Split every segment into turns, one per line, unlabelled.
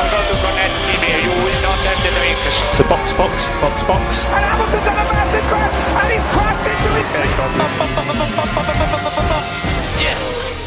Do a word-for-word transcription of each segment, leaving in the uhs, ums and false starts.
go to connect here. You will not have the drinks.
So box, box, box, box.
And Hamilton's had a massive crash, and he's crashed into his team.
Yes.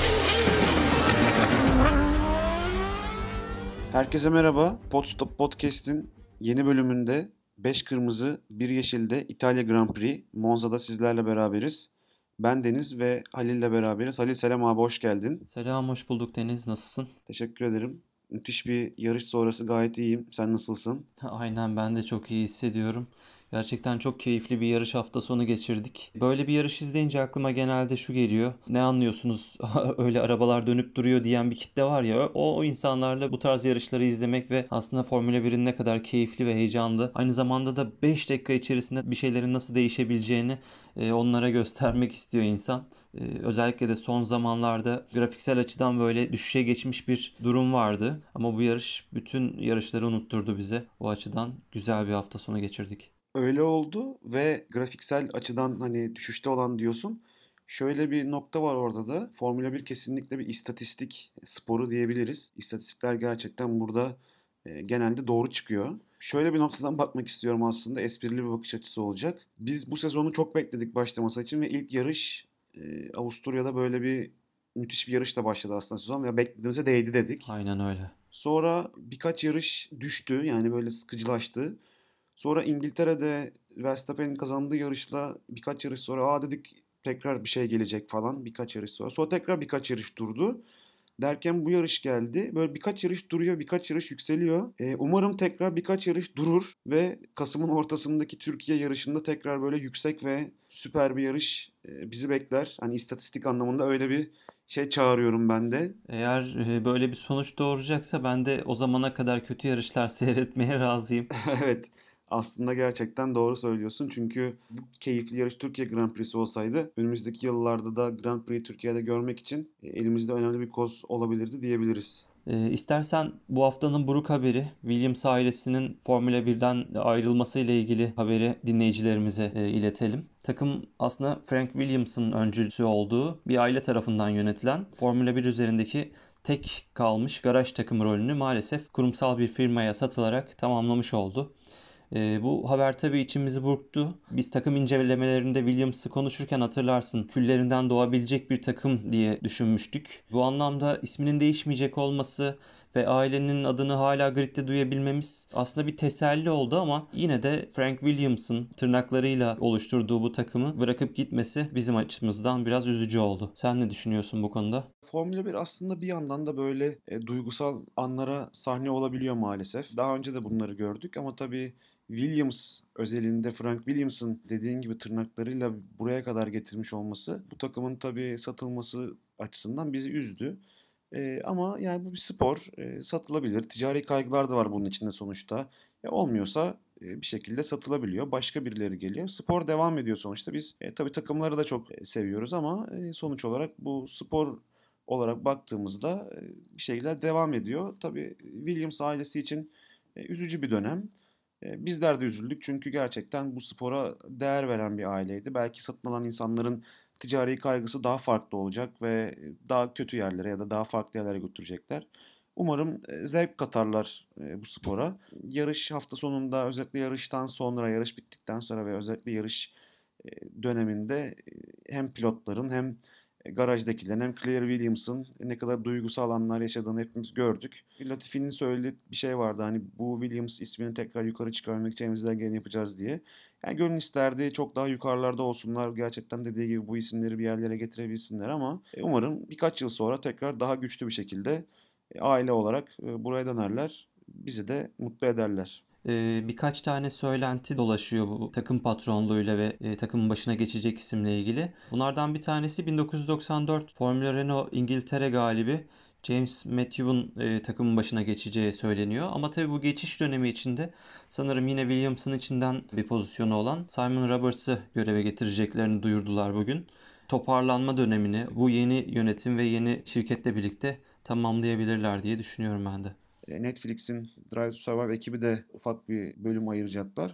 Herkese merhaba. Podstop Podcast'in yeni bölümünde beş kırmızı bir yeşilde İtalya Grand Prix Monza'da sizlerle beraberiz. Ben Deniz ve Halil'le beraberiz. Halil selam abi, hoş geldin.
Selam, hoş bulduk Deniz. Nasılsın?
Teşekkür ederim. Müthiş bir yarış sonrası gayet iyiyim. Sen nasılsın?
Aynen, ben de çok iyi hissediyorum. Gerçekten çok keyifli bir yarış hafta sonu geçirdik. Böyle bir yarış izleyince aklıma genelde şu geliyor. Ne anlıyorsunuz? Öyle arabalar dönüp duruyor diyen bir kitle var ya. O, o insanlarla bu tarz yarışları izlemek ve aslında Formula birin ne kadar keyifli ve heyecanlı. Aynı zamanda da beş dakika içerisinde bir şeylerin nasıl değişebileceğini e, onlara göstermek istiyor insan. E, özellikle de son zamanlarda grafiksel açıdan böyle düşüşe geçmiş bir durum vardı. Ama bu yarış bütün yarışları unutturdu bize. O açıdan güzel bir hafta sonu geçirdik.
Öyle oldu ve grafiksel açıdan hani düşüşte olan diyorsun. Şöyle bir nokta var orada da. Formula bir kesinlikle bir istatistik sporu diyebiliriz. İstatistikler gerçekten burada e, genelde doğru çıkıyor. Şöyle bir noktadan bakmak istiyorum aslında. Esprili bir bakış açısı olacak. Biz bu sezonu çok bekledik başlaması için ve ilk yarış e, Avusturya'da böyle bir müthiş bir yarışla başladı aslında sezon ve beklediğimize değdi dedik.
Aynen öyle.
Sonra birkaç yarış düştü, yani böyle sıkıcılaştı. Sonra İngiltere'de Verstappen'in kazandığı yarışla birkaç yarış sonra aa dedik tekrar bir şey gelecek falan, birkaç yarış sonra. Sonra tekrar birkaç yarış durdu. Derken bu yarış geldi. Böyle birkaç yarış duruyor, birkaç yarış yükseliyor. Ee, umarım tekrar birkaç yarış durur ve Kasım'ın ortasındaki Türkiye yarışında tekrar böyle yüksek ve süper bir yarış e, bizi bekler. Hani istatistik anlamında öyle bir şey çağırıyorum ben de.
Eğer e, böyle bir sonuç doğuracaksa ben de o zamana kadar kötü yarışlar seyretmeye razıyım.
Evet. Aslında gerçekten doğru söylüyorsun. Çünkü bu keyifli yarış Türkiye Grand Prix'si olsaydı önümüzdeki yıllarda da Grand Prix Türkiye'de görmek için e, elimizde önemli bir koz olabilirdi diyebiliriz.
E, istersen bu haftanın buruk haberi, Williams ailesinin Formula birden ayrılması ile ilgili haberi dinleyicilerimize e, iletelim. Takım aslında Frank Williams'ın öncüsü olduğu bir aile tarafından yönetilen Formula bir üzerindeki tek kalmış garaj takımı rolünü maalesef kurumsal bir firmaya satılarak tamamlamış oldu. E, bu haber tabii içimizi burktu. Biz takım incelemelerinde Williams'ı konuşurken hatırlarsın, küllerinden doğabilecek bir takım diye düşünmüştük. Bu anlamda isminin değişmeyecek olması ve ailenin adını hala gridde duyabilmemiz aslında bir teselli oldu ama yine de Frank Williams'ın tırnaklarıyla oluşturduğu bu takımı bırakıp gitmesi bizim açımızdan biraz üzücü oldu. Sen ne düşünüyorsun bu konuda?
Formula bir aslında bir yandan da böyle e, duygusal anlara sahne olabiliyor maalesef. Daha önce de bunları gördük ama tabii Williams özelinde Frank Williams'ın dediğin gibi tırnaklarıyla buraya kadar getirmiş olması bu takımın tabii satılması açısından bizi üzdü. Ee, ama yani bu bir spor, e, satılabilir. Ticari kaygılar da var bunun içinde sonuçta. E, olmuyorsa e, bir şekilde satılabiliyor. Başka birileri geliyor. Spor devam ediyor sonuçta. Biz e, tabii takımları da çok e, seviyoruz ama e, sonuç olarak bu spor olarak baktığımızda e, bir şeyler devam ediyor. Tabii Williams ailesi için e, üzücü bir dönem. E, bizler de üzüldük çünkü gerçekten bu spora değer veren bir aileydi. Belki satın alan insanların ticari kaygısı daha farklı olacak ve daha kötü yerlere ya da daha farklı yerlere götürecekler. Umarım e, zevk katarlar e, bu spora. Yarış hafta sonunda, özellikle yarıştan sonra, yarış bittikten sonra ve özellikle yarış e, döneminde e, hem pilotların hem e, garajdakilerin hem Claire Williams'ın ne kadar duygusal anlar yaşadığını hepimiz gördük. Latifi'nin söylediği bir şey vardı, hani bu Williams ismini tekrar yukarı çıkarmak için elimizden geleni yapacağız diye. Yani gönül isterdi çok daha yukarılarda olsunlar. Gerçekten dediği gibi bu isimleri bir yerlere getirebilsinler ama e, umarım birkaç yıl sonra tekrar daha güçlü bir şekilde e, aile olarak e, buraya dönerler. Bizi de mutlu ederler.
Ee, birkaç tane söylenti dolaşıyor bu takım patronluğuyla ve e, takımın başına geçecek isimle ilgili. Bunlardan bir tanesi bin dokuz yüz doksan dört Formula Renault İngiltere galibi James Matthews'un e, takımın başına geçeceği söyleniyor. Ama tabii bu geçiş dönemi içinde sanırım yine Williams'ın içinden bir pozisyonu olan Simon Roberts'ı göreve getireceklerini duyurdular bugün. Toparlanma dönemini bu yeni yönetim ve yeni şirketle birlikte tamamlayabilirler diye düşünüyorum ben de.
E, Netflix'in Drive to Survive ekibi de ufak bir bölüm ayıracaklar.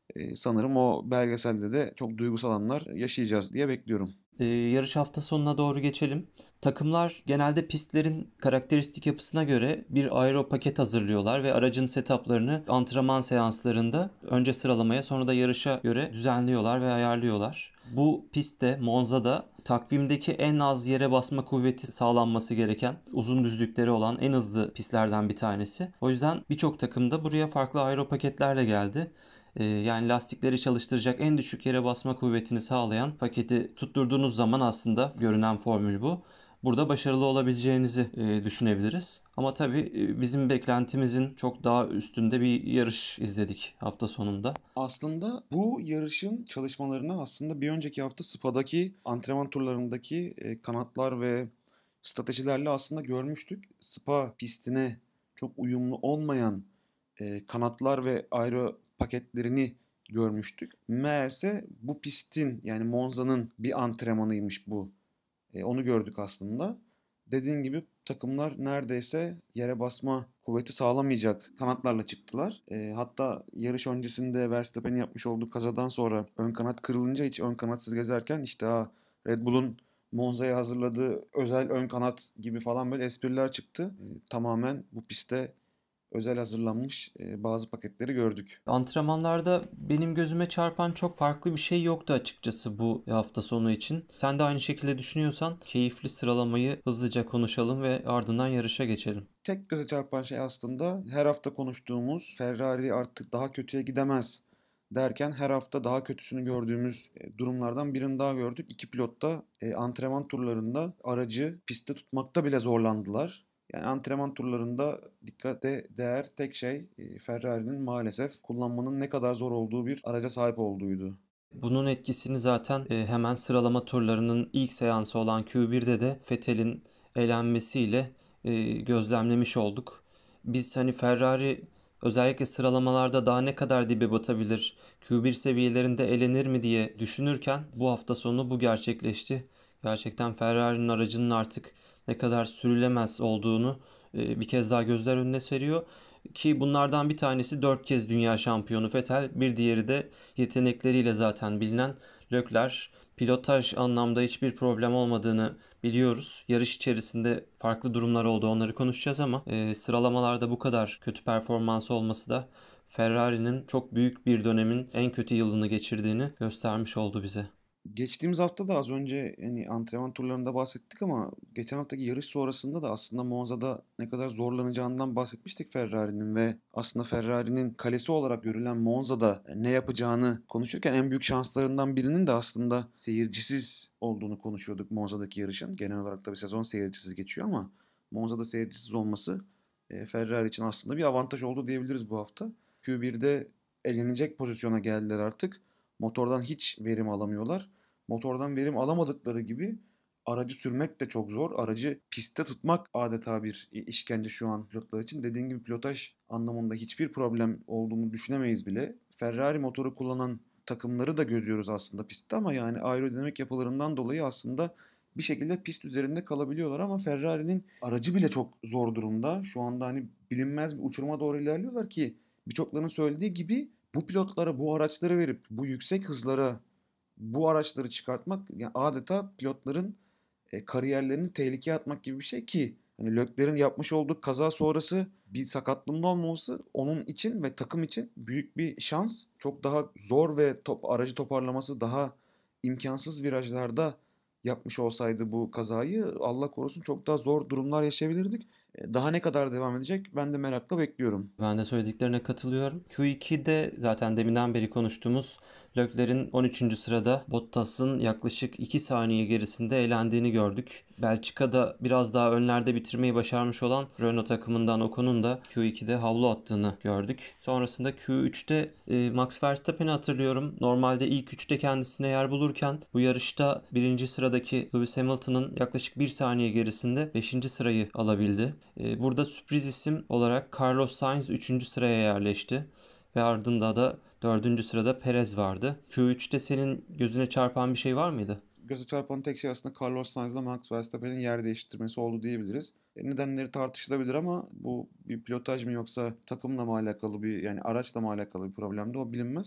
E, sanırım o belgeselde de çok duygusal anlar yaşayacağız diye bekliyorum.
Ee, yarış hafta sonuna doğru geçelim. Takımlar genelde pistlerin karakteristik yapısına göre bir aero paket hazırlıyorlar ve aracın setuplarını antrenman seanslarında önce sıralamaya sonra da yarışa göre düzenliyorlar ve ayarlıyorlar. Bu pistte Monza'da takvimdeki en az yere basma kuvveti sağlanması gereken uzun düzlükleri olan en hızlı pistlerden bir tanesi. O yüzden birçok takım da buraya farklı aero paketlerle geldi. Ee, Yani lastikleri çalıştıracak en düşük yere basma kuvvetini sağlayan paketi tutturduğunuz zaman aslında görünen formül bu. Burada başarılı olabileceğinizi e, düşünebiliriz. Ama tabii e, bizim beklentimizin çok daha üstünde bir yarış izledik hafta sonunda.
Aslında bu yarışın çalışmalarını aslında bir önceki hafta Spa'daki antrenman turlarındaki e, kanatlar ve stratejilerle aslında görmüştük. Spa pistine çok uyumlu olmayan e, kanatlar ve aero paketlerini görmüştük. Meğerse bu pistin yani Monza'nın bir antrenmanıymış bu. E, onu gördük aslında. Dediğin gibi takımlar neredeyse yere basma kuvveti sağlamayacak kanatlarla çıktılar. E, hatta yarış öncesinde Verstappen'in yapmış olduğu kazadan sonra ön kanat kırılınca hiç ön kanatsız gezerken işte ha, Red Bull'un Monza'ya hazırladığı özel ön kanat gibi falan böyle espriler çıktı. E, tamamen bu piste özel hazırlanmış e, bazı paketleri gördük.
Antrenmanlarda benim gözüme çarpan çok farklı bir şey yoktu açıkçası bu hafta sonu için. Sen de aynı şekilde düşünüyorsan keyifli sıralamayı hızlıca konuşalım ve ardından yarışa geçelim.
Tek göze çarpan şey aslında her hafta konuştuğumuz Ferrari artık daha kötüye gidemez derken her hafta daha kötüsünü gördüğümüz e, durumlardan birini daha gördük. İki pilot da e, antrenman turlarında aracı pistte tutmakta bile zorlandılar. Yani antrenman turlarında dikkate değer tek şey e, Ferrari'nin maalesef kullanmanın ne kadar zor olduğu bir araca sahip olduğuydu.
Bunun etkisini zaten e, hemen sıralama turlarının ilk seansı olan Q bir'de de Vettel'in elenmesiyle e, gözlemlemiş olduk. Biz hani Ferrari özellikle sıralamalarda daha ne kadar dibe batabilir, Q bir seviyelerinde elenir mi diye düşünürken bu hafta sonu bu gerçekleşti. Gerçekten Ferrari'nin aracının artık ne kadar sürülemez olduğunu e, bir kez daha gözler önüne seriyor. Ki bunlardan bir tanesi dört kez dünya şampiyonu Vettel, bir diğeri de yetenekleriyle zaten bilinen Leclerc. Pilotaj anlamda hiçbir problem olmadığını biliyoruz. Yarış içerisinde farklı durumlar oldu, onları konuşacağız ama e, sıralamalarda bu kadar kötü performans olması da Ferrari'nin çok büyük bir dönemin en kötü yılını geçirdiğini göstermiş oldu bize.
Geçtiğimiz hafta da az önce hani antrenman turlarında bahsettik ama geçen haftaki yarış sonrasında da aslında Monza'da ne kadar zorlanacağından bahsetmiştik Ferrari'nin ve aslında Ferrari'nin kalesi olarak görülen Monza'da ne yapacağını konuşurken en büyük şanslarından birinin de aslında seyircisiz olduğunu konuşuyorduk Monza'daki yarışın. Genel olarak da bir sezon seyircisiz geçiyor ama Monza'da seyircisiz olması e, Ferrari için aslında bir avantaj oldu diyebiliriz bu hafta. Q bir'de elenecek pozisyona geldiler artık. Motordan hiç verim alamıyorlar. Motordan verim alamadıkları gibi aracı sürmek de çok zor. Aracı pistte tutmak adeta bir işkence şu an pilotlar için. Dediğim gibi pilotaj anlamında hiçbir problem olduğunu düşünemeyiz bile. Ferrari motoru kullanan takımları da görüyoruz aslında pistte ama yani aerodinamik yapılarından dolayı aslında bir şekilde pist üzerinde kalabiliyorlar ama Ferrari'nin aracı bile çok zor durumda. Şu anda hani bilinmez bir uçuruma doğru ilerliyorlar ki birçoklarının söylediği gibi bu pilotlara bu araçları verip bu yüksek hızlara bu araçları çıkartmak yani adeta pilotların e, kariyerlerini tehlikeye atmak gibi bir şey ki hani Leclerc'in yapmış olduğu kaza sonrası bir sakatlığının olmaması onun için ve takım için büyük bir şans. Çok daha zor ve top, aracı toparlaması daha imkansız virajlarda yapmış olsaydı bu kazayı Allah korusun çok daha zor durumlar yaşayabilirdik. E, Daha ne kadar devam edecek ben de merakla bekliyorum.
Ben de söylediklerine katılıyorum. Q iki'de zaten deminden beri konuştuğumuz Leclerc'in on üçüncü sırada Bottas'ın yaklaşık iki saniye gerisinde elendiğini gördük. Belçika'da biraz daha önlerde bitirmeyi başarmış olan Renault takımından Ocon'un da Q iki'de havlu attığını gördük. Sonrasında Q üç'te e, Max Verstappen'i hatırlıyorum. Normalde ilk üçte kendisine yer bulurken bu yarışta birinci sıradaki Lewis Hamilton'ın yaklaşık bir saniye gerisinde beşinci sırayı alabildi. E, burada sürpriz isim olarak Carlos Sainz üçüncü sıraya yerleşti. Ve ardında da dördüncü sırada Perez vardı. Q üç'te senin gözüne çarpan bir şey var mıydı?
Göze çarpan tek şey aslında Carlos Sainz'la Max Verstappen'in yer değiştirmesi oldu diyebiliriz. E, nedenleri tartışılabilir ama bu bir pilotaj mı yoksa takımla mı alakalı bir yani araçla mı alakalı bir problemdi o bilinmez.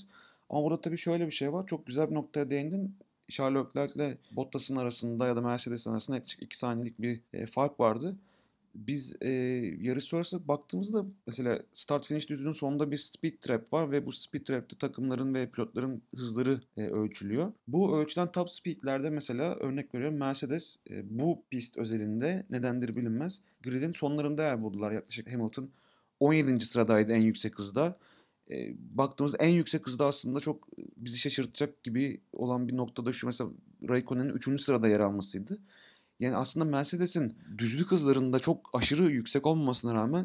Ama burada tabii şöyle bir şey var. Çok güzel bir noktaya değindin. Charles Leclerc'le Bottas'ın arasında ya da Mercedes'in arasında yaklaşık iki saniyelik bir e, fark vardı. Biz e, yarış sonrası baktığımızda mesela start finish düzlüğünün sonunda bir speed trap var ve bu speed trap'te takımların ve pilotların hızları e, ölçülüyor. Bu ölçülen top speed'lerde mesela örnek veriyorum Mercedes e, bu pist özelinde nedendir bilinmez. Grid'in sonlarında yer buldular. Yaklaşık Hamilton on yedinci sıradaydı en yüksek hızda. E, baktığımızda en yüksek hızda aslında çok bizi şaşırtacak gibi olan bir noktada şu mesela Raikkonen'in üçüncü sırada yer almasıydı. Yani aslında Mercedes'in düzlük hızlarında çok aşırı yüksek olmamasına rağmen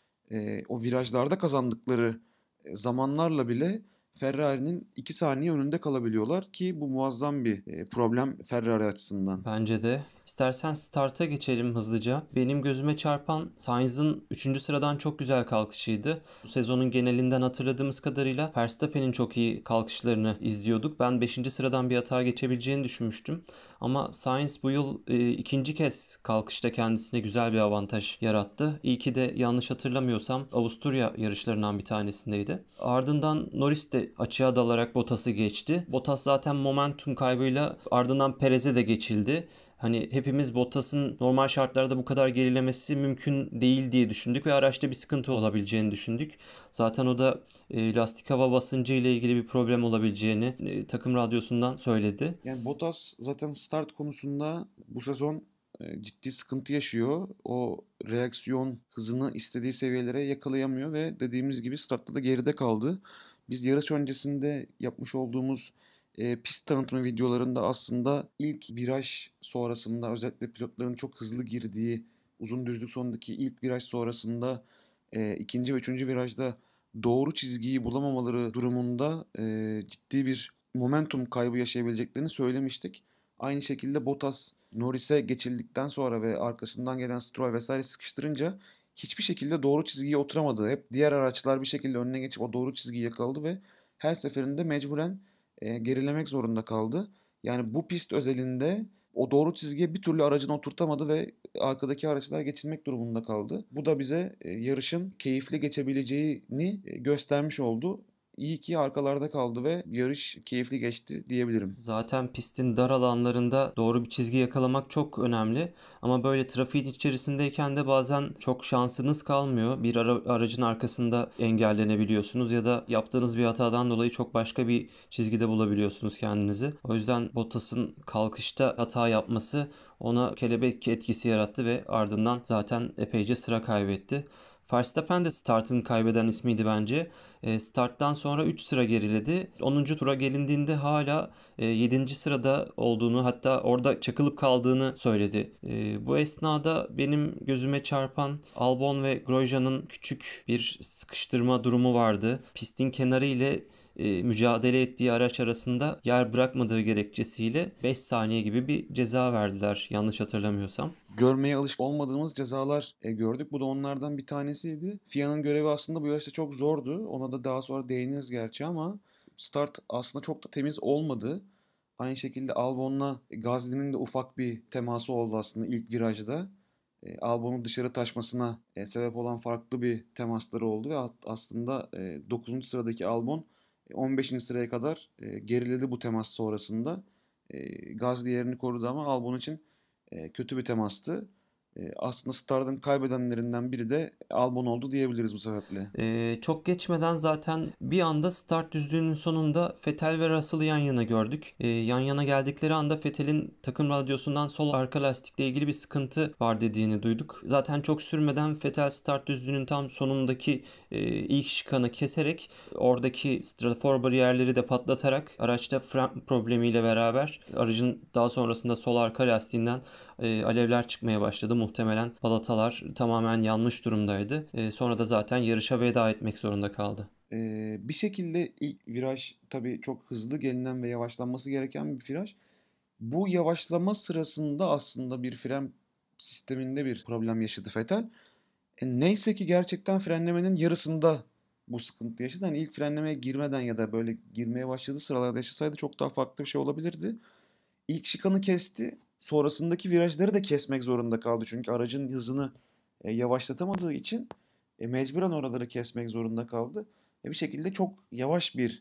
e, o virajlarda kazandıkları e, zamanlarla bile Ferrari'nin iki saniye önünde kalabiliyorlar ki bu muazzam bir e, problem Ferrari açısından.
Bence de. İstersen starta geçelim hızlıca. Benim gözüme çarpan Sainz'ın üçüncü sıradan çok güzel kalkışıydı. Bu sezonun genelinden hatırladığımız kadarıyla Verstappen'in çok iyi kalkışlarını izliyorduk. Ben beşinci sıradan bir hata geçebileceğini düşünmüştüm. Ama Sainz bu yıl e, ikinci kez kalkışta kendisine güzel bir avantaj yarattı. İyi ki de yanlış hatırlamıyorsam Avusturya yarışlarından bir tanesindeydi. Ardından Norris de açığa dalarak Bottas'ı geçti. Bottas zaten momentum kaybıyla ardından Perez'e de geçildi. Hani hepimiz Bottas'ın normal şartlarda bu kadar gerilemesi mümkün değil diye düşündük ve araçta bir sıkıntı olabileceğini düşündük. Zaten o da e, lastik hava basıncı ile ilgili bir problem olabileceğini e, takım radyosundan söyledi.
Yani Bottas zaten start konusunda bu sezon e, ciddi sıkıntı yaşıyor. O reaksiyon hızını istediği seviyelere yakalayamıyor ve dediğimiz gibi startta da geride kaldı. Biz yarış öncesinde yapmış olduğumuz e, pist tanıtımı videolarında aslında ilk viraj sonrasında özellikle pilotların çok hızlı girdiği uzun düzlük sonundaki ilk viraj sonrasında e, ikinci ve üçüncü virajda doğru çizgiyi bulamamaları durumunda e, ciddi bir momentum kaybı yaşayabileceklerini söylemiştik. Aynı şekilde Bottas Norris'e geçildikten sonra ve arkasından gelen Stroll vesaire sıkıştırınca hiçbir şekilde doğru çizgiye oturamadı. Hep diğer araçlar bir şekilde önüne geçip o doğru çizgiyi yakaladı ve her seferinde mecburen e, gerilemek zorunda kaldı. Yani bu pist özelinde o doğru çizgiye bir türlü aracını oturtamadı ve arkadaki araçlar geçilmek durumunda kaldı. Bu da bize e, yarışın keyifli geçebileceğini e, göstermiş oldu. İyi ki arkalarda kaldı ve yarış keyifli geçti diyebilirim.
Zaten pistin dar alanlarında doğru bir çizgi yakalamak çok önemli. Ama böyle trafiğin içerisindeyken de bazen çok şansınız kalmıyor. Bir ara- aracın arkasında engellenebiliyorsunuz ya da yaptığınız bir hatadan dolayı çok başka bir çizgide bulabiliyorsunuz kendinizi. O yüzden Bottas'ın kalkışta hata yapması ona kelebek etkisi yarattı ve ardından zaten epeyce sıra kaybetti. Verstappen de startın kaybeden ismiydi bence. E, starttan sonra üç sıra geriledi. onuncu tura gelindiğinde hala e, yedinci sırada olduğunu, hatta orada çakılıp kaldığını söyledi. E, bu esnada benim gözüme çarpan Albon ve Grosjean'ın küçük bir sıkıştırma durumu vardı. Pistin kenarı ile e, mücadele ettiği araç arasında yer bırakmadığı gerekçesiyle beş saniye gibi bir ceza verdiler yanlış hatırlamıyorsam.
Görmeye alışık olmadığımız cezalar e, gördük. Bu da onlardan bir tanesiydi. F I A'nın görevi aslında bu yarışta çok zordu. Ona da daha sonra değiniriz gerçi ama start aslında çok da temiz olmadı. Aynı şekilde Albon'la Gasly'nin de ufak bir teması oldu aslında ilk virajda. E, Albon'un dışarı taşmasına e, sebep olan farklı bir temasları oldu ve aslında e, dokuzuncu sıradaki Albon e, on beşinci sıraya kadar e, geriledi bu temas sonrasında. E, Gasly yerini korudu ama Albon için e, kötü bir temastı. E, aslında startın kaybedenlerinden biri de Albon oldu diyebiliriz bu sebeple.
Ee, çok geçmeden zaten bir anda start düzlüğünün sonunda Vettel ve Russell'ı yan yana gördük. Ee, yan yana geldikleri anda Vettel'in takım radyosundan sol arka lastikle ilgili bir sıkıntı var dediğini duyduk. Zaten çok sürmeden Vettel start düzlüğünün tam sonundaki e, ilk şikanı keserek oradaki strafor bariyerleri de patlatarak araçta fren problemiyle beraber aracın daha sonrasında sol arka lastiğinden e, alevler çıkmaya başladı. Muhtemelen balatalar tamamen yanmış durumdaydı. E, sonra da zaten yarışa veda etmek zorunda kaldı.
Ee, bir şekilde ilk viraj tabii çok hızlı gelinen ve yavaşlanması gereken bir viraj. Bu yavaşlama sırasında aslında bir fren sisteminde bir problem yaşadı Vettel. E, neyse ki gerçekten frenlemenin yarısında bu sıkıntı yaşadı. Hani ilk frenlemeye girmeden ya da böyle girmeye başladığı sıralarda yaşasaydı çok daha farklı bir şey olabilirdi. İlk şikanı kesti. Sonrasındaki virajları da kesmek zorunda kaldı. Çünkü aracın hızını e, yavaşlatamadığı için e, mecburen oraları kesmek zorunda kaldı. E, bir şekilde çok yavaş bir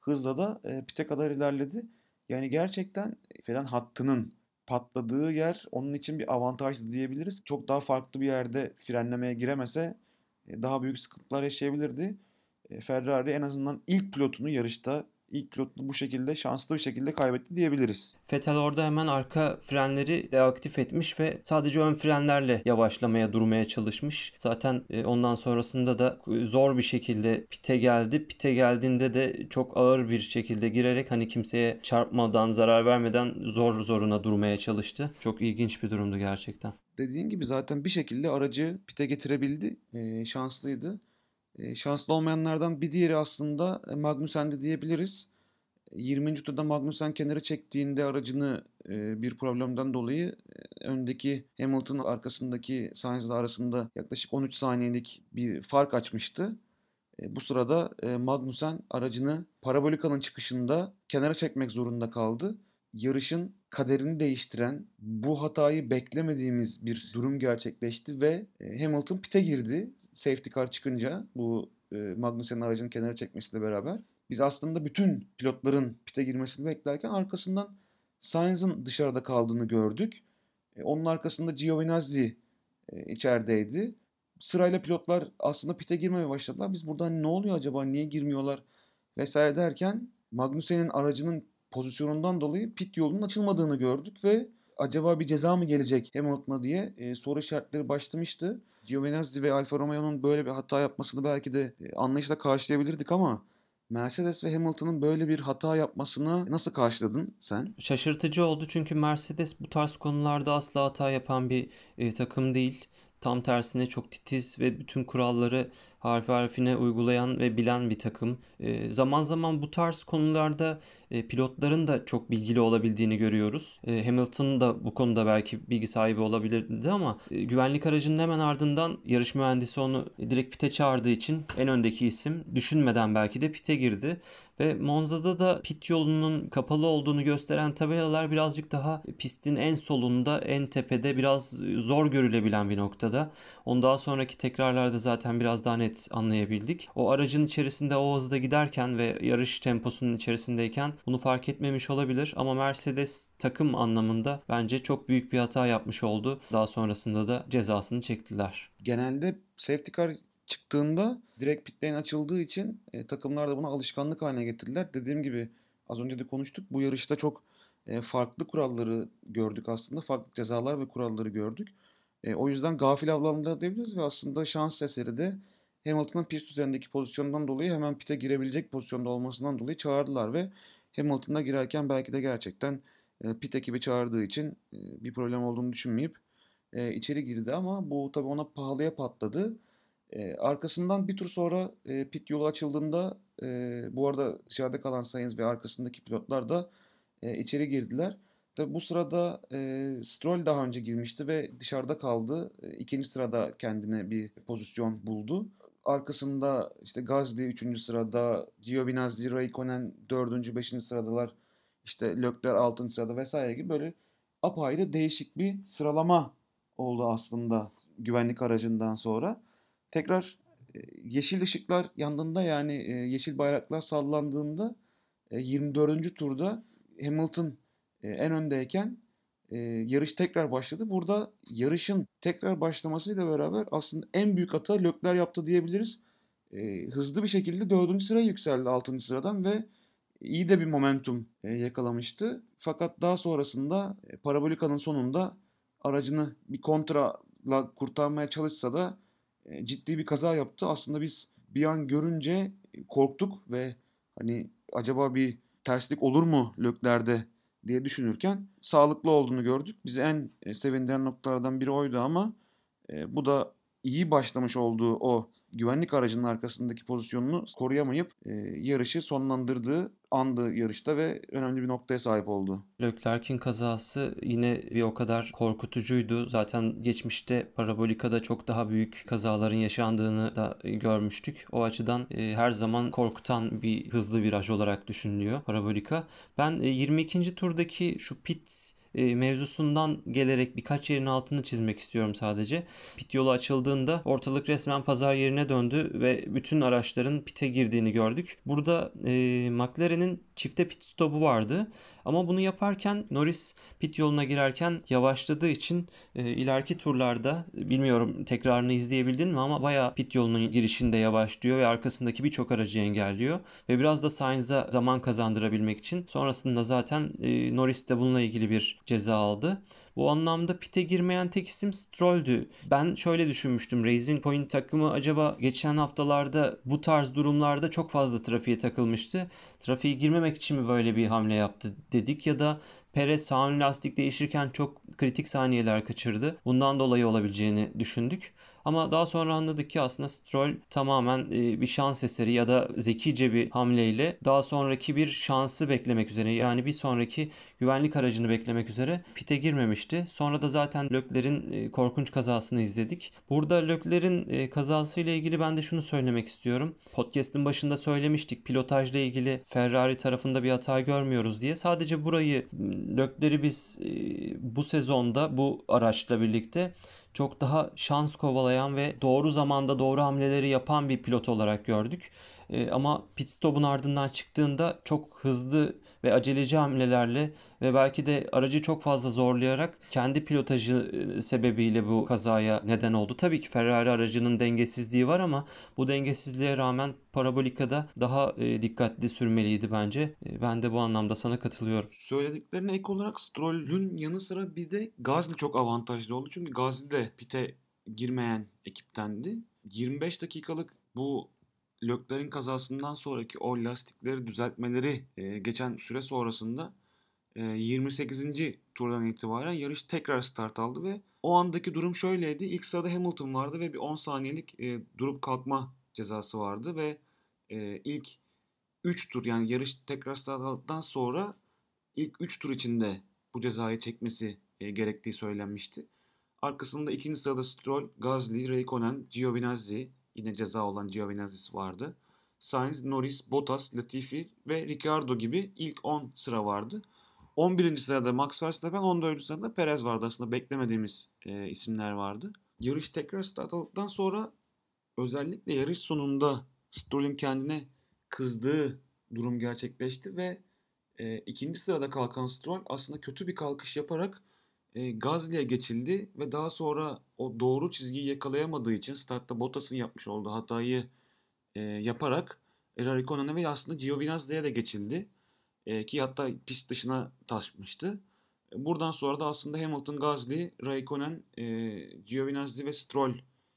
hızla da e, pite kadar ilerledi. Yani gerçekten fren hattının patladığı yer onun için bir avantajdı diyebiliriz. Çok daha farklı bir yerde frenlemeye giremese e, daha büyük sıkıntılar yaşayabilirdi. E, Ferrari en azından ilk pilotunu yarışta ilk pilotunu bu şekilde şanslı bir şekilde kaybetti diyebiliriz.
Vettel orada hemen arka frenleri deaktif etmiş ve sadece ön frenlerle yavaşlamaya, durmaya çalışmış. Zaten e, ondan sonrasında da zor bir şekilde pite geldi. Pite geldiğinde de çok ağır bir şekilde girerek hani kimseye çarpmadan, zarar vermeden zor zoruna durmaya çalıştı. Çok ilginç bir durumdu gerçekten.
Dediğin gibi zaten bir şekilde aracı pite getirebildi. E, şanslıydı. E, şanslı olmayanlardan bir diğeri aslında Magnussen'di diyebiliriz. yirminci turda Magnussen kenara çektiğinde aracını e, bir problemden dolayı e, öndeki Hamilton arkasındaki Sainz'la arasında yaklaşık on üç saniyelik bir fark açmıştı. E, bu sırada e, Magnussen aracını parabolikanın çıkışında kenara çekmek zorunda kaldı. Yarışın kaderini değiştiren bu hatayı beklemediğimiz bir durum gerçekleşti ve e, Hamilton pite girdi. Safety car çıkınca bu e, Magnussen'in aracını kenara çekmesiyle beraber. Biz aslında bütün pilotların pite girmesini beklerken arkasından Sainz'ın dışarıda kaldığını gördük. E, onun arkasında Giovinazzi e, içerideydi. Sırayla pilotlar aslında pite girmeye başladılar. Biz burada hani ne oluyor acaba, niye girmiyorlar vesaire derken Magnussen'in aracının pozisyonundan dolayı pit yolunun açılmadığını gördük ve acaba bir ceza mı gelecek Hamilton'a diye e, soru işaretleri başlamıştı. Giovinazzi ve Alfa Romeo'nun böyle bir hata yapmasını belki de e, anlayışla karşılayabilirdik ama Mercedes ve Hamilton'ın böyle bir hata yapmasını nasıl karşıladın sen?
Şaşırtıcı oldu çünkü Mercedes bu tarz konularda asla hata yapan bir e, takım değil. Tam tersine çok titiz ve bütün kuralları harfi harfine uygulayan ve bilen bir takım. E, zaman zaman bu tarz konularda e, pilotların da çok bilgili olabildiğini görüyoruz. E, Hamilton da bu konuda belki bilgi sahibi olabilirdi ama e, güvenlik aracının hemen ardından yarış mühendisi onu direkt pite çağırdığı için en öndeki isim düşünmeden belki de pite girdi. Ve Monza'da da pit yolunun kapalı olduğunu gösteren tabelalar birazcık daha pistin en solunda, en tepede, biraz zor görülebilen bir noktada. Onu daha sonraki tekrarlarda zaten biraz daha net anlayabildik. O aracın içerisinde o hızda giderken ve yarış temposunun içerisindeyken bunu fark etmemiş olabilir. Ama Mercedes takım anlamında bence çok büyük bir hata yapmış oldu. Daha sonrasında da cezasını çektiler.
Genelde safety car çıktığında direkt pit lane açıldığı için e, takımlar da buna alışkanlık haline getirdiler. Dediğim gibi az önce de konuştuk. Bu yarışta çok e, farklı kuralları gördük aslında. Farklı cezalar ve kuralları gördük. E, o yüzden gafil avlandı diyebiliriz ve aslında şans eseri de Hamilton'ın pist üzerindeki pozisyondan dolayı hemen pite girebilecek pozisyonda olmasından dolayı çağırdılar ve Hamilton'a girerken belki de gerçekten e, pit ekibi çağırdığı için e, bir problem olduğunu düşünmeyip e, içeri girdi ama bu tabii ona pahalıya patladı. E, arkasından bir tur sonra e, pit yolu açıldığında e, bu arada dışarıda kalan Sainz ve arkasındaki pilotlar da e, içeri girdiler. Tabii bu sırada e, Stroll daha önce girmişti ve dışarıda kaldı. E, ikinci sırada kendine bir pozisyon buldu. Arkasında işte Gasly üçüncü sırada, Giovinazzi, Raikkonen dördüncü beşinci sıradalar. İşte Leclerc altıncı sırada vesaire gibi böyle apayrı değişik bir sıralama oldu aslında güvenlik aracından sonra. Tekrar e, yeşil ışıklar yandığında yani e, yeşil bayraklar sallandığında e, yirmi dördüncü turda Hamilton e, en öndeyken e, yarış tekrar başladı. Burada yarışın tekrar başlamasıyla beraber aslında en büyük hata Leclerc yaptı diyebiliriz. E, hızlı bir şekilde dördüncü sıraya yükseldi altıncı sıradan ve iyi de bir momentum e, yakalamıştı. Fakat daha sonrasında e, parabolikanın sonunda aracını bir kontrayla kurtarmaya çalışsa da e, ciddi bir kaza yaptı. Aslında biz bir an görünce korktuk ve hani acaba bir terslik olur mu Leclerc'de diye düşünürken sağlıklı olduğunu gördük. Bizi en e, sevindiren noktalardan biri oydu ama e, bu da iyi başlamış olduğu o güvenlik aracının arkasındaki pozisyonunu koruyamayıp e, yarışı sonlandırdığı andı yarışta ve önemli bir noktaya sahip oldu.
Leclerc'in kazası yine bir o kadar korkutucuydu. Zaten geçmişte parabolikada çok daha büyük kazaların yaşandığını da görmüştük. O açıdan e, her zaman korkutan bir hızlı viraj olarak düşünülüyor parabolika. Ben e, yirmi ikinci turdaki şu pit e, mevzusundan gelerek birkaç yerin altını çizmek istiyorum sadece. Pit yolu açıldığında ortalık resmen pazar yerine döndü ve bütün araçların pite girdiğini gördük. Burada e, McLaren'in çifte pit stopu vardı. Ama bunu yaparken Norris pit yoluna girerken yavaşladığı için e, ileriki turlarda bilmiyorum tekrarını izleyebildin mi ama bayağı pit yolunun girişinde yavaşlıyor ve arkasındaki birçok aracı engelliyor ve biraz da Sainz'a zaman kazandırabilmek için sonrasında zaten e, Norris de bununla ilgili bir ceza aldı. Bu anlamda pite girmeyen tek isim Stroll'dü. Ben şöyle düşünmüştüm. Racing Point takımı acaba geçen haftalarda bu tarz durumlarda çok fazla trafiğe takılmıştı. Trafiğe girmemek için mi böyle bir hamle yaptı dedik ya da Perez sağ ön lastik değişirken çok kritik saniyeler kaçırdı. Bundan dolayı olabileceğini düşündük. Ama daha sonra anladık ki aslında Stroll tamamen bir şans eseri ya da zekice bir hamleyle daha sonraki bir şansı beklemek üzere, yani bir sonraki güvenlik aracını beklemek üzere pite girmemişti. Sonra da zaten Leclerc'in korkunç kazasını izledik. Burada Leclerc'in kazasıyla ilgili ben de şunu söylemek istiyorum. Podcast'ın başında söylemiştik, pilotajla ilgili Ferrari tarafında bir hata görmüyoruz diye. Sadece burayı, Leclerc'i biz bu sezonda bu araçla birlikte çok daha şans kovalayan ve doğru zamanda doğru hamleleri yapan bir pilot olarak gördük. Ee, ama pit stop'un ardından çıktığında çok hızlı ve aceleci hamlelerle ve belki de aracı çok fazla zorlayarak kendi pilotajı sebebiyle bu kazaya neden oldu. Tabii ki Ferrari aracının dengesizliği var ama bu dengesizliğe rağmen parabolikada daha e, dikkatli sürmeliydi bence. E, ben de bu anlamda sana katılıyorum.
Söylediklerine ek olarak Stroll'ün yanı sıra bir de Gasly çok avantajlı oldu. Çünkü Gasly de pite girmeyen ekiptendi. yirmi beş dakikalık bu Leclerc'in kazasından sonraki o lastikleri düzeltmeleri e, geçen süre sonrasında e, yirmi sekizinci turdan itibaren yarış tekrar start aldı ve o andaki durum şöyleydi. İlk sırada Hamilton vardı ve bir on saniyelik e, durup kalkma cezası vardı ve e, ilk üç tur, yani yarış tekrar start aldıktan sonra ilk üç tur içinde bu cezayı çekmesi e, gerektiği söylenmişti. Arkasında ikinci sırada Stroll, Gasly, Raikkonen, Giovinazzi, yine ceza olan Giovinazzi vardı. Sainz, Norris, Bottas, Latifi ve Ricciardo gibi ilk on sıra vardı. on birinci sırada Max Verstappen, on dördüncü sırada Perez vardı. Aslında beklemediğimiz e, isimler vardı. Yarış tekrar start aldıktan sonra özellikle yarış sonunda Stroll'ün kendine kızdığı durum gerçekleşti ve e, ikinci sırada kalkan Stroll aslında kötü bir kalkış yaparak e, Gasly'ye geçildi ve daha sonra o doğru çizgiyi yakalayamadığı için startta Bottas'ın yapmış olduğu hatayı e, yaparak Raikkonen'e ve aslında Giovinazzi'ye de geçildi. E, ki hatta pist dışına taşmıştı. E, buradan sonra da aslında Hamilton, Gasly, Raikkonen, e, Giovinazzi ve Stroll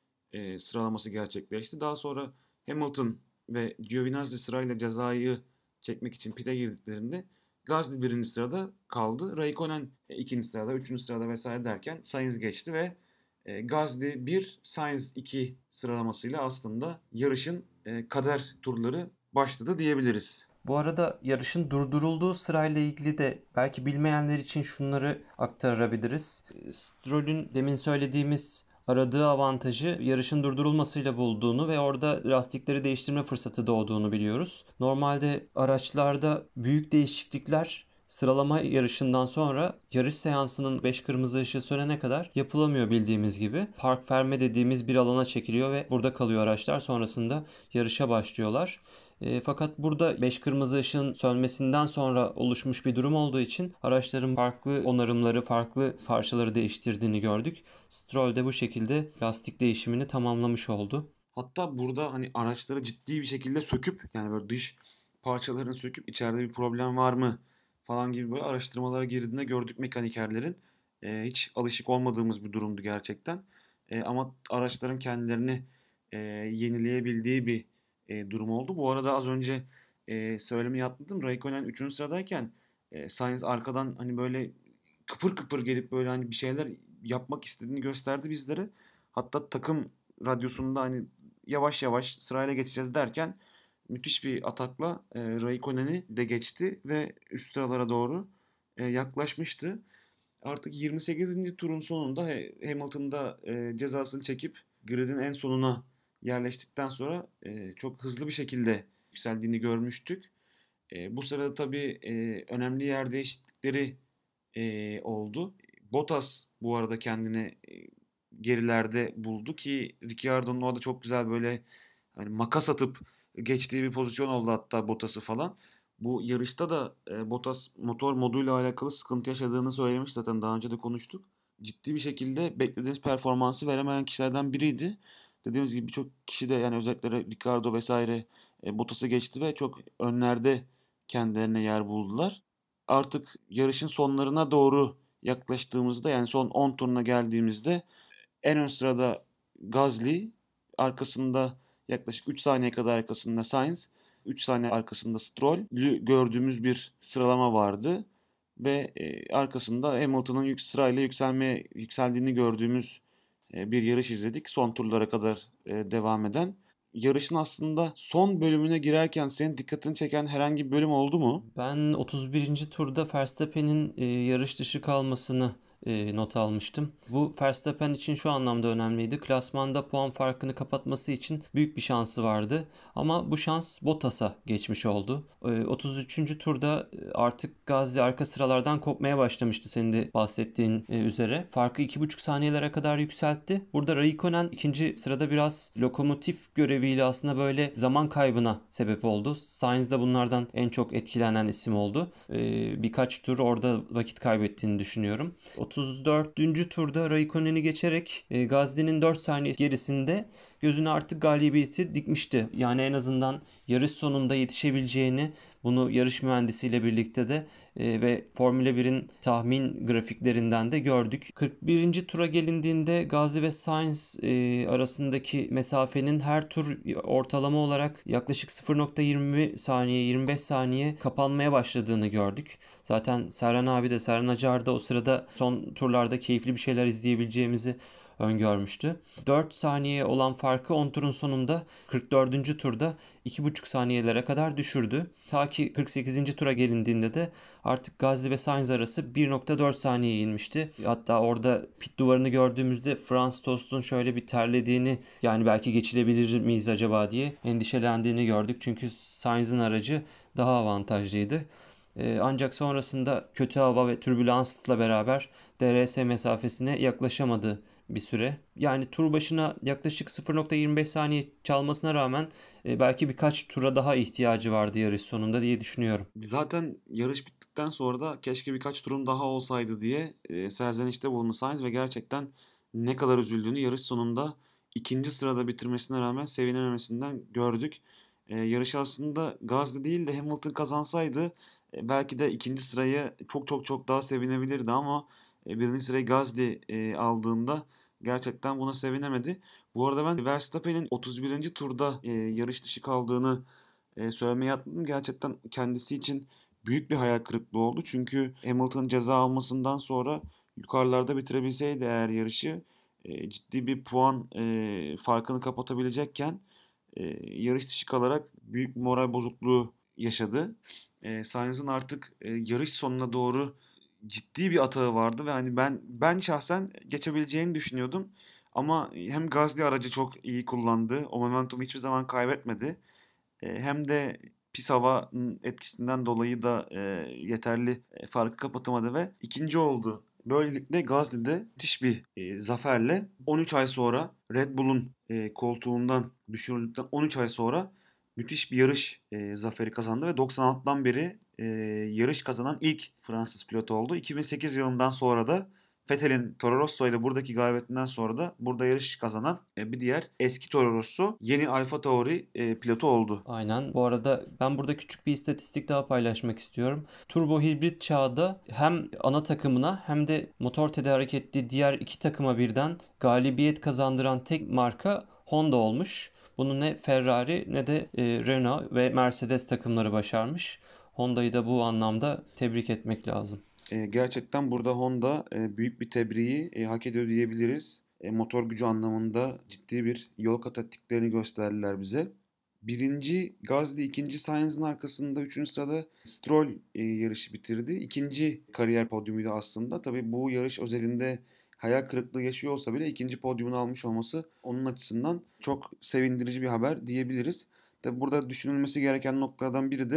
e, sıralaması gerçekleşti. Daha sonra Hamilton ve Giovinazzi sırayla cezayı çekmek için pite girdiklerinde Gasly birinci sırada kaldı. Raikkonen ikinci sırada, üçüncü sırada vesaire derken Sainz geçti ve e, Gasly bir, Sainz iki sıralamasıyla aslında yarışın e, kader turları başladı diyebiliriz.
Bu arada yarışın durdurulduğu sırayla ilgili de belki bilmeyenler için şunları aktarabiliriz. Stroll'ün demin söylediğimiz aradığı avantajı yarışın durdurulmasıyla bulduğunu ve orada lastikleri değiştirme fırsatı doğduğunu biliyoruz. Normalde araçlarda büyük değişiklikler sıralama yarışından sonra yarış seansının beş kırmızı ışığı sönene kadar yapılamıyor bildiğimiz gibi. Park ferme dediğimiz bir alana çekiliyor ve burada kalıyor araçlar. Sonrasında yarışa başlıyorlar. E, fakat burada beş kırmızı ışığın sönmesinden sonra oluşmuş bir durum olduğu için araçların farklı onarımları, farklı parçaları değiştirdiğini gördük. Stroll de bu şekilde lastik değişimini tamamlamış oldu.
Hatta burada hani araçları ciddi bir şekilde söküp, yani böyle dış parçalarını söküp içeride bir problem var mı falan gibi böyle araştırmalara girdiğinde gördük mekanikerlerin. E, hiç alışık olmadığımız bir durumdu gerçekten. E, ama araçların kendilerini e, yenileyebildiği bir e, durum oldu. Bu arada az önce e, söylemeyi atladım. Raikkonen üçüncü sıradayken e, Sainz arkadan hani böyle kıpır kıpır gelip böyle hani bir şeyler yapmak istediğini gösterdi bizlere. Hatta takım radyosunda hani yavaş yavaş sırayla geçeceğiz derken müthiş bir atakla e, Raikkonen'i de geçti ve üst sıralara doğru e, yaklaşmıştı. Artık yirmi sekizinci turun sonunda Hamilton'da e, cezasını çekip gridin en sonuna yerleştikten sonra e, çok hızlı bir şekilde yükseldiğini görmüştük. E, bu sırada tabii e, önemli yer değişiklikleri e, oldu. Bottas bu arada kendini e, gerilerde buldu ki Ricciardo'nun orada çok güzel böyle hani makas atıp geçtiği bir pozisyon oldu hatta Bottas'ı falan. Bu yarışta da e, Bottas motor moduyla alakalı sıkıntı yaşadığını söylemiş, zaten daha önce de konuştuk. Ciddi bir şekilde beklediğiniz performansı veremeyen kişilerden biriydi. Dediğimiz gibi birçok kişi de yani özellikle Ricciardo vesaire e, Bottas'ı geçti ve çok önlerde kendilerine yer buldular. Artık yarışın sonlarına doğru yaklaştığımızda yani son on turuna geldiğimizde en ön sırada Gasly, arkasında yaklaşık üç saniye kadar arkasında Sainz, üç saniye arkasında Stroll'ü gördüğümüz bir sıralama vardı. Ve e, arkasında Hamilton'ın yük, sırayla yükselmeye yükseldiğini gördüğümüz e, bir yarış izledik. Son turlara kadar e, devam eden. Yarışın aslında son bölümüne girerken senin dikkatini çeken herhangi bir bölüm oldu mu?
Ben otuz birinci turda Verstappen'in e, yarış dışı kalmasını e, not almıştım. Bu Verstappen için şu anlamda önemliydi. Klasmanda puan farkını kapatması için büyük bir şansı vardı. Ama bu şans Bottas'a geçmiş oldu. E, otuz üçüncü turda artık Gasly arka sıralardan kopmaya başlamıştı senin de bahsettiğin e, üzere. Farkı iki buçuk saniyelere kadar yükseltti. Burada Raikkonen ikinci sırada biraz lokomotif göreviyle aslında böyle zaman kaybına sebep oldu. Sainz de bunlardan en çok etkilenen isim oldu. Ee, birkaç tur orada vakit kaybettiğini düşünüyorum. otuz dördüncü turda Raikkonen'i geçerek e, Gasly'nin dört saniye gerisinde gözünü artık galibiyeti dikmişti. Yani en azından yarış sonunda yetişebileceğini, bunu yarış mühendisiyle birlikte de e, ve Formula birin tahmin grafiklerinden de gördük. kırk birinci tura gelindiğinde Gasly ve Sainz e, arasındaki mesafenin her tur ortalama olarak yaklaşık sıfır nokta yirmi saniye yirmi beş saniye kapanmaya başladığını gördük. Zaten Serhan abi de Serhan Acar da o sırada son turlarda keyifli bir şeyler izleyebileceğimizi öngörmüştü. dört saniye olan farkı on turun sonunda kırk dördüncü turda iki buçuk saniyelere kadar düşürdü. Ta ki kırk sekizinci tura gelindiğinde de artık Gasly ve Sainz arası bir nokta dört saniyeye inmişti. Hatta orada pit duvarını gördüğümüzde Franz Tost'un şöyle bir terlediğini, yani belki geçilebilir miyiz acaba diye endişelendiğini gördük. Çünkü Sainz'in aracı daha avantajlıydı. Ee, ancak sonrasında kötü hava ve türbülansla beraber D R S mesafesine yaklaşamadı bir süre. Yani tur başına yaklaşık sıfır nokta yirmi beş saniye çalmasına rağmen e, belki birkaç tura daha ihtiyacı vardı yarış sonunda diye düşünüyorum.
Zaten yarış bittikten sonra da keşke birkaç turun daha olsaydı diye e, serzenişte bulundu Sainz ve gerçekten ne kadar üzüldüğünü yarış sonunda ikinci sırada bitirmesine rağmen sevinememesinden gördük. E, yarış aslında Gasly değil de Hamilton kazansaydı e, belki de ikinci sırayı çok çok çok daha sevinebilirdi ama e, birinci sırayı Gasly e, aldığında gerçekten buna sevinemedi. Bu arada ben Verstappen'in otuz birinci turda e, yarış dışı kaldığını e, söylemeyi atladım. Gerçekten kendisi için büyük bir hayal kırıklığı oldu. Çünkü Hamilton ceza almasından sonra yukarılarda bitirebilseydi eğer yarışı e, ciddi bir puan e, farkını kapatabilecekken e, yarış dışı kalarak büyük bir moral bozukluğu yaşadı. E, Sainz'ın artık e, yarış sonuna doğru ciddi bir atağı vardı ve hani ben ben şahsen geçebileceğini düşünüyordum. Ama hem Gasly aracı çok iyi kullandı. O momentumu hiçbir zaman kaybetmedi. E, hem de pis havanın etkisinden dolayı da e, yeterli e, farkı kapatamadı ve ikinci oldu. Böylelikle Gasly'de müthiş bir e, zaferle on üç ay sonra Red Bull'un e, koltuğundan düşürüldükten on üç ay sonra müthiş bir yarış e, zaferi kazandı ve doksan altıdan beri e, yarış kazanan ilk Fransız pilot oldu. iki bin sekiz yılından sonra da Vettel'in Toro Rosso ile buradaki galibiyetinden sonra da burada yarış kazanan e, bir diğer eski Toro Rosso yeni Alfa Tauri e, pilotu oldu.
Aynen. Bu arada ben burada küçük bir istatistik daha paylaşmak istiyorum. Turbo hibrit çağda hem ana takımına hem de motor tedarik ettiği diğer iki takıma birden galibiyet kazandıran tek marka Honda olmuş. Bunu ne Ferrari ne de e, Renault ve Mercedes takımları başarmış. Honda'yı da bu anlamda tebrik etmek lazım.
E, gerçekten burada Honda e, büyük bir tebriği e, hak ediyor diyebiliriz. E, motor gücü anlamında ciddi bir yol kat ettiklerini gösterdiler bize. Birinci Gasly, ikinci Sainz'ın arkasında üçüncü sırada Stroll e, yarışı bitirdi. İkinci kariyer podyumuydu aslında. Tabii bu yarış özelinde hayal kırıklığı yaşıyor olsa bile ikinci podyumunu almış olması onun açısından çok sevindirici bir haber diyebiliriz. Tabii burada düşünülmesi gereken noktalardan biri de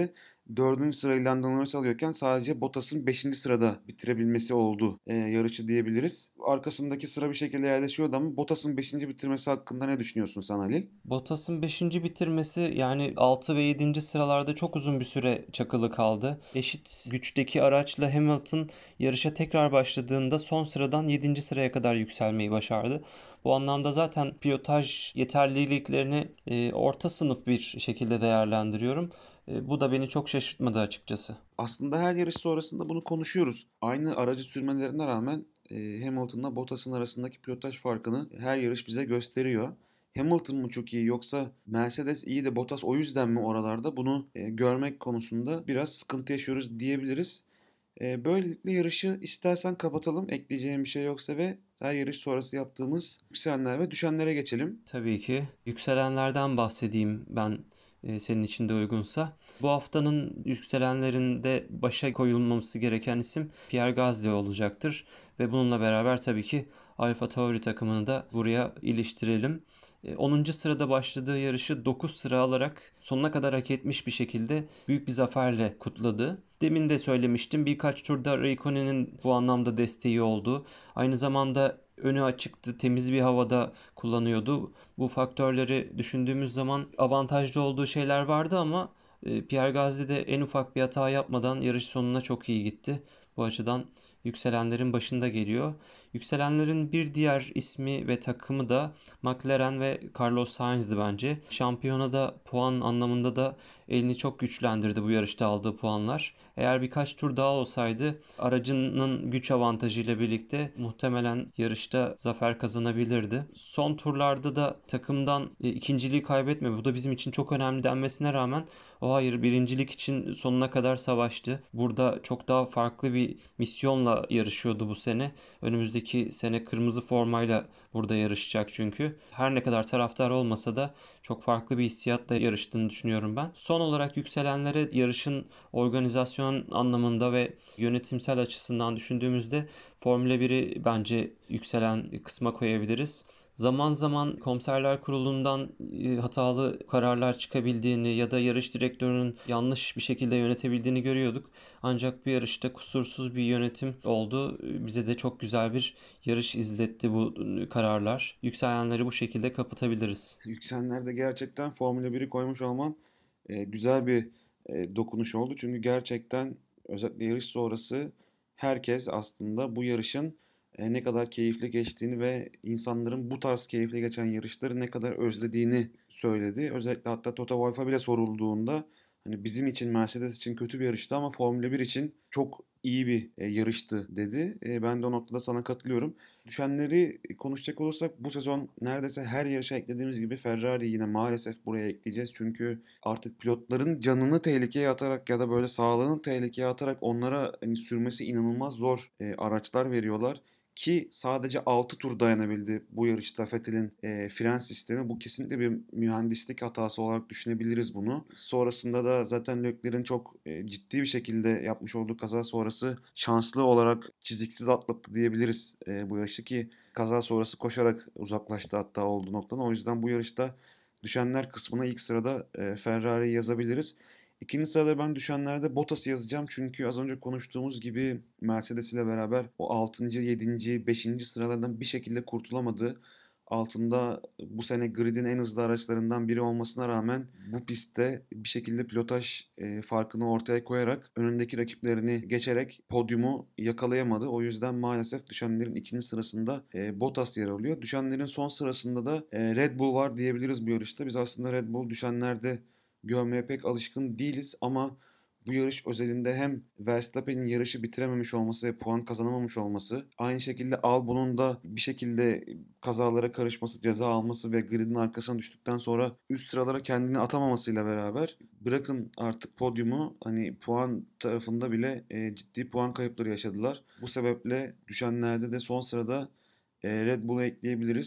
dördüncü sırayı Lando Norris alıyorken sadece Bottas'ın beşinci sırada bitirebilmesi oldu e, yarışı diyebiliriz. Arkasındaki sıra bir şekilde yerleşiyordu ama Bottas'ın beşinci bitirmesi hakkında ne düşünüyorsun sen Halil?
Bottas'ın beşinci bitirmesi, yani altı ve yedinci sıralarda çok uzun bir süre çakılı kaldı. Eşit güçteki araçla Hamilton yarışa tekrar başladığında son sıradan yedinci sıraya kadar yükselmeyi başardı. Bu anlamda zaten pilotaj yeterliliklerini e, orta sınıf bir şekilde değerlendiriyorum. E, bu da beni çok şaşırtmadı açıkçası.
Aslında her yarış sonrasında bunu konuşuyoruz. Aynı aracı sürmelerine rağmen e, Hamilton'la Bottas'ın arasındaki pilotaj farkını her yarış bize gösteriyor. Hamilton mu çok iyi yoksa Mercedes iyi de Bottas o yüzden mi oralarda, bunu e, görmek konusunda biraz sıkıntı yaşıyoruz diyebiliriz. E, böylelikle yarışı istersen kapatalım, ekleyeceğim bir şey yoksa, ve her yarış sonrası yaptığımız yükselenler ve düşenlere geçelim.
Tabii ki. Yükselenlerden bahsedeyim ben, e, senin için de uygunsa. Bu haftanın yükselenlerinde başa koyulmaması gereken isim Pierre Gasly olacaktır. Ve bununla beraber tabii ki AlphaTauri takımını da buraya iliştirelim. E, onuncu sırada başladığı yarışı dokuz sıra alarak sonuna kadar hak etmiş bir şekilde büyük bir zaferle kutladı. Demin de söylemiştim, birkaç turda Raikkonen'in bu anlamda desteği oldu. Aynı zamanda önü açıktı, temiz bir havada kullanıyordu. Bu faktörleri düşündüğümüz zaman avantajlı olduğu şeyler vardı ama e, Pierre Gasly de en ufak bir hata yapmadan yarış sonuna çok iyi gitti. Bu açıdan yükselenlerin başında geliyor. Yükselenlerin bir diğer ismi ve takımı da McLaren ve Carlos Sainz'di bence. Şampiyonada puan anlamında da elini çok güçlendirdi bu yarışta aldığı puanlar. Eğer birkaç tur daha olsaydı aracının güç avantajıyla birlikte muhtemelen yarışta zafer kazanabilirdi. Son turlarda da takımdan e, ikinciliği kaybetme, bu da bizim için çok önemli denmesine rağmen o hayır, birincilik için sonuna kadar savaştı. Burada çok daha farklı bir misyonla yarışıyordu bu sene. Önümüzdeki sene kırmızı formayla burada yarışacak çünkü. Her ne kadar taraftar olmasa da çok farklı bir hissiyatla yarıştığını düşünüyorum ben. Son olarak yükselenlere yarışın organizasyon anlamında ve yönetimsel açısından düşündüğümüzde Formula biri bence yükselen kısma koyabiliriz. Zaman zaman komiserler kurulundan e, hatalı kararlar çıkabildiğini ya da yarış direktörünün yanlış bir şekilde yönetebildiğini görüyorduk. Ancak bu yarışta kusursuz bir yönetim oldu. Bize de çok güzel bir yarış izletti bu kararlar. Yükselenleri bu şekilde kapatabiliriz.
Yükselenlerde gerçekten Formula biri koymuş olman e, güzel bir e, dokunuş oldu. Çünkü gerçekten özellikle yarış sonrası herkes aslında bu yarışın e, ne kadar keyifli geçtiğini ve insanların bu tarz keyifli geçen yarışları ne kadar özlediğini söyledi. Özellikle hatta Toto Wolff'a bile sorulduğunda hani bizim için, Mercedes için kötü bir yarıştı ama Formula bir için çok iyi bir e, yarıştı dedi. E, ben de o noktada sana katılıyorum. Düşenleri konuşacak olursak bu sezon neredeyse her yarışa eklediğimiz gibi Ferrari yine maalesef buraya ekleyeceğiz. Çünkü artık pilotların canını tehlikeye atarak ya da böyle sağlığını tehlikeye atarak onlara hani sürmesi inanılmaz zor e, araçlar veriyorlar. Ki sadece altı tur dayanabildi bu yarışta Vettel'in e, fren sistemi. Bu kesinlikle bir mühendislik hatası olarak düşünebiliriz bunu. Sonrasında da zaten Leclerc'in çok e, ciddi bir şekilde yapmış olduğu kaza sonrası şanslı olarak çiziksiz atlattı diyebiliriz e, bu yarışı, ki kaza sonrası koşarak uzaklaştı hatta olduğu noktadan. O yüzden bu yarışta düşenler kısmına ilk sırada e, Ferrari'yi yazabiliriz. İkinci sırada ben düşenlerde Bottas'ı yazacağım. Çünkü az önce konuştuğumuz gibi Mercedes ile beraber o altıncı, yedinci, beşinci sıralardan bir şekilde kurtulamadı. Altında bu sene gridin en hızlı araçlarından biri olmasına rağmen bu pistte bir şekilde pilotaj e, farkını ortaya koyarak önündeki rakiplerini geçerek podyumu yakalayamadı. O yüzden maalesef düşenlerin ikinci sırasında e, Bottas yer alıyor. Düşenlerin son sırasında da e, Red Bull var diyebiliriz bu yarışta. Biz aslında Red Bull düşenlerde görmeye pek alışkın değiliz ama bu yarış özelinde hem Verstappen'in yarışı bitirememiş olması ve puan kazanamamış olması, aynı şekilde Albon'un da bir şekilde kazalara karışması, ceza alması ve gridin arkasına düştükten sonra üst sıralara kendini atamamasıyla beraber bırakın artık podyumu, hani puan tarafında bile e, ciddi puan kayıpları yaşadılar. Bu sebeple düşenlerde de son sırada e, Red Bull'u ekleyebiliriz.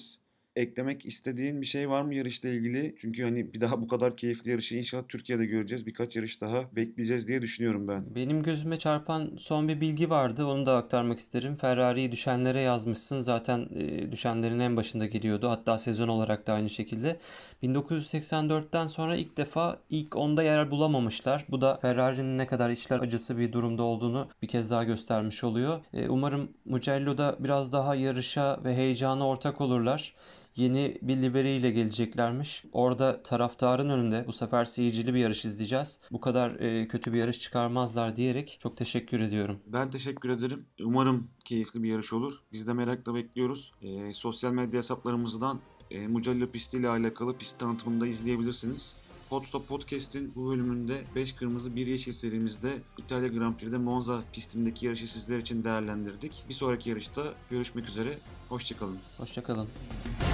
eklemek istediğin bir şey var mı yarışla ilgili? Çünkü hani bir daha bu kadar keyifli yarışı inşallah Türkiye'de göreceğiz. Birkaç yarış daha bekleyeceğiz diye düşünüyorum ben.
Benim gözüme çarpan son bir bilgi vardı. Onu da aktarmak isterim. Ferrari'yi düşenlere yazmışsın. Zaten e, düşenlerin en başında geliyordu. Hatta sezon olarak da aynı şekilde. bin dokuz yüz seksen dörtten sonra ilk defa ilk onda yer bulamamışlar. Bu da Ferrari'nin ne kadar içler acısı bir durumda olduğunu bir kez daha göstermiş oluyor. E, umarım Mugello'da biraz daha yarışa ve heyecana ortak olurlar. Yeni bir livery ile geleceklermiş. Orada taraftarın önünde bu sefer seyircili bir yarış izleyeceğiz. Bu kadar e, kötü bir yarış çıkarmazlar diyerek çok teşekkür ediyorum.
Ben teşekkür ederim. Umarım keyifli bir yarış olur. Biz de merakla bekliyoruz. E, sosyal medya hesaplarımızdan e, Mugello pisti ile alakalı pist tanıtımını da izleyebilirsiniz. Podstop Podcast'in bu bölümünde beş kırmızı bir yeşil serimizde İtalya Grand Prix'de Monza pistindeki yarışı sizler için değerlendirdik. Bir sonraki yarışta görüşmek üzere. Hoşçakalın.
Hoşça kalın.